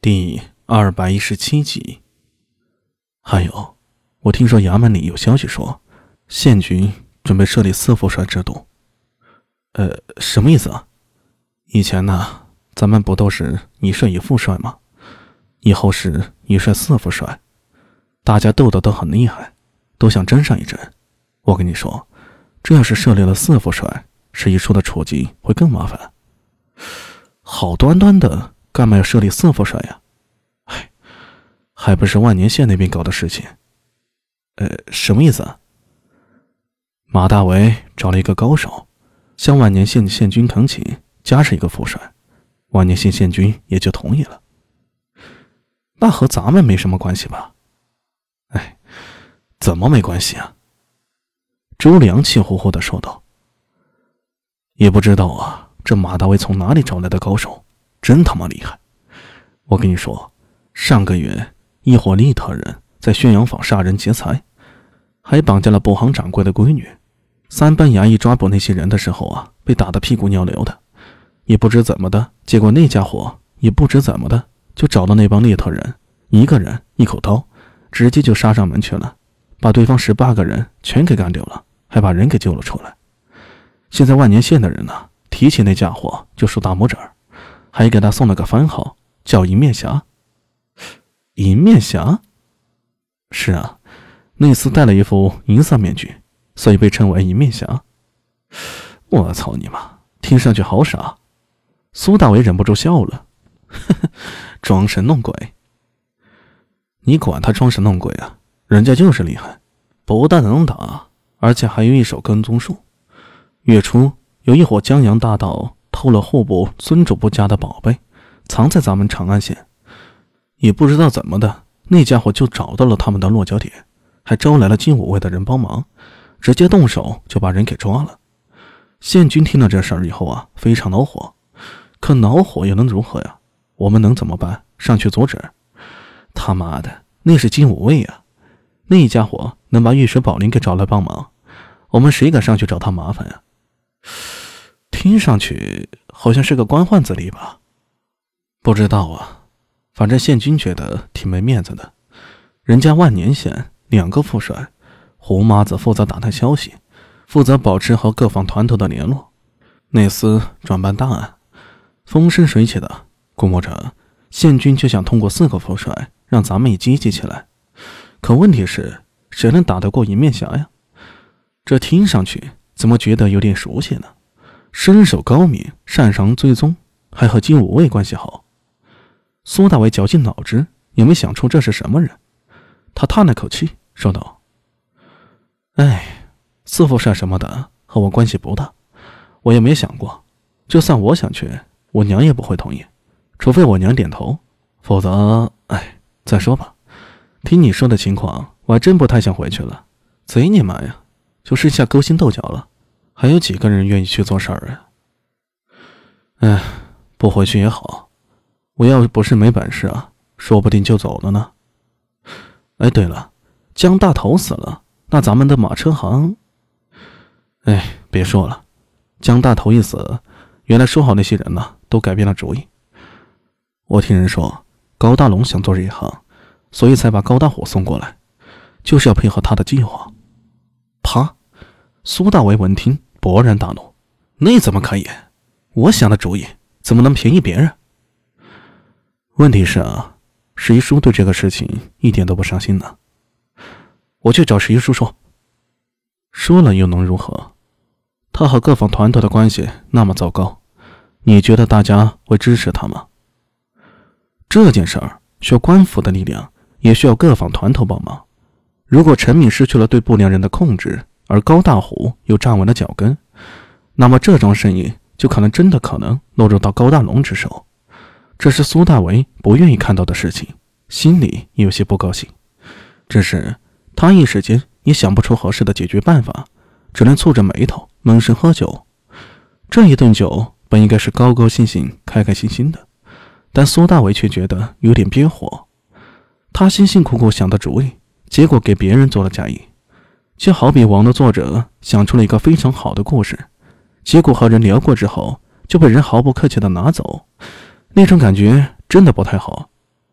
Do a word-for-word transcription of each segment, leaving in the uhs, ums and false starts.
第二百一十七集。还有，我听说衙门里有消息说，县局准备设立四副帅制度。呃，什么意思啊？以前呢，咱们不都是一帅一副帅吗？以后是一帅四副帅，大家斗得都很厉害，都想争上一争。我跟你说，这要是设立了四副帅，史一书的处境会更麻烦。好端端的，干嘛要设立四副帅呀？哎，还不是万年县那边搞的事情。呃，什么意思啊？马大为找了一个高手，向万年县县军恳请加上一个副帅，万年县县军也就同意了。那和咱们没什么关系吧？哎，怎么没关系啊？周良气呼呼地说道。也不知道啊，这马大为从哪里找来的高手，真他妈厉害！我跟你说，上个月一伙利特人在宣阳坊杀人劫财，还绑架了布行掌柜的闺女。三班衙役抓捕那些人的时候啊，被打得屁股尿流的，也不知怎么的，结果那家伙也不知怎么的就找到那帮利特人，一个人一口刀，直接就杀上门去了，把对方十八个人全给干掉了，还把人给救了出来。现在万年县的人呢，提起那家伙就竖大拇指，还给他送了个番号，叫银面侠。银面侠？是啊，那厮戴了一副银色面具，所以被称为银面侠。我操你妈，听上去好傻。苏大为忍不住笑了，呵呵，装神弄鬼。你管他装神弄鬼啊，人家就是厉害，不但能打，而且还有一手跟踪术。月初有一伙江洋大盗偷了户部孙主簿家的宝贝，藏在咱们长安县，也不知道怎么的，那家伙就找到了他们的落脚点，还招来了金五卫的人帮忙，直接动手就把人给抓了。县军听了这事儿以后啊，非常恼火，可恼火又能如何呀？我们能怎么办？上去阻止？他妈的，那是金五卫啊，那家伙能把玉石宝林给找来帮忙，我们谁敢上去找他麻烦呀？听上去好像是个官宦子弟吧？不知道啊，反正县军觉得挺没面子的。人家万年县两个副帅，胡麻子负责打探消息，负责保持和各方团头的联络，那厮转办大案，风生水起的。估摸着县军就想通过四个副帅让咱们也积极起来。可问题是，谁能打得过银面侠呀？这听上去怎么觉得有点熟悉呢？身手高明，擅长追踪，还和金五卫关系好。苏大为绞尽脑汁也没想出这是什么人。他叹了口气说道：哎，四副帅什么的和我关系不大，我也没想过，就算我想去，我娘也不会同意，除非我娘点头，否则哎，再说吧。听你说的情况，我还真不太想回去了。贼你妈呀，就剩下勾心斗角了，还有几个人愿意去做事儿啊？哎，不回去也好，我要不是没本事啊，说不定就走了呢。哎，对了，江大头死了，那咱们的马车行……哎，别说了，江大头一死，原来说好那些人呢，都改变了主意。我听人说，高大龙想做这一行，所以才把高大虎送过来，就是要配合他的计划。啪！苏大为闻听勃然大怒，那怎么可以？我想的主意怎么能便宜别人？问题是啊，史一书对这个事情一点都不上心呢。我去找史一书说。说了又能如何？他和各方团头的关系那么糟糕，你觉得大家会支持他吗？这件事儿需要官府的力量，也需要各方团头帮忙。如果陈敏失去了对不良人的控制，而高大虎又站稳了脚跟，那么这桩生意就可能真的可能落入到高大龙之手。这是苏大为不愿意看到的事情，心里也有些不高兴。只是他一时间也想不出合适的解决办法，只能蹙着眉头闷声喝酒。这一顿酒本应该是高高兴兴开开心心的，但苏大为却觉得有点憋火。他辛辛苦苦想的主意，结果给别人做了嫁衣。就好比网络作者想出了一个非常好的故事，结果和人聊过之后就被人毫不客气地拿走，那种感觉真的不太好。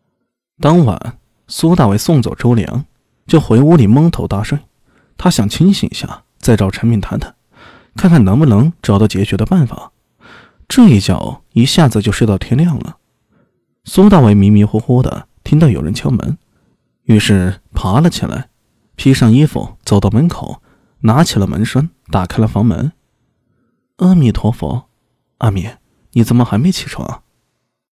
当晚，苏大伟送走周良，就回屋里蒙头大睡。他想清醒一下，再找陈敏谈谈，看看能不能找到解决的办法。这一觉一下子就睡到天亮了。苏大伟迷迷糊糊的听到有人敲门，于是爬了起来，披上衣服走到门口，拿起了门栓，打开了房门。阿弥陀佛，阿弥，你怎么还没起床啊？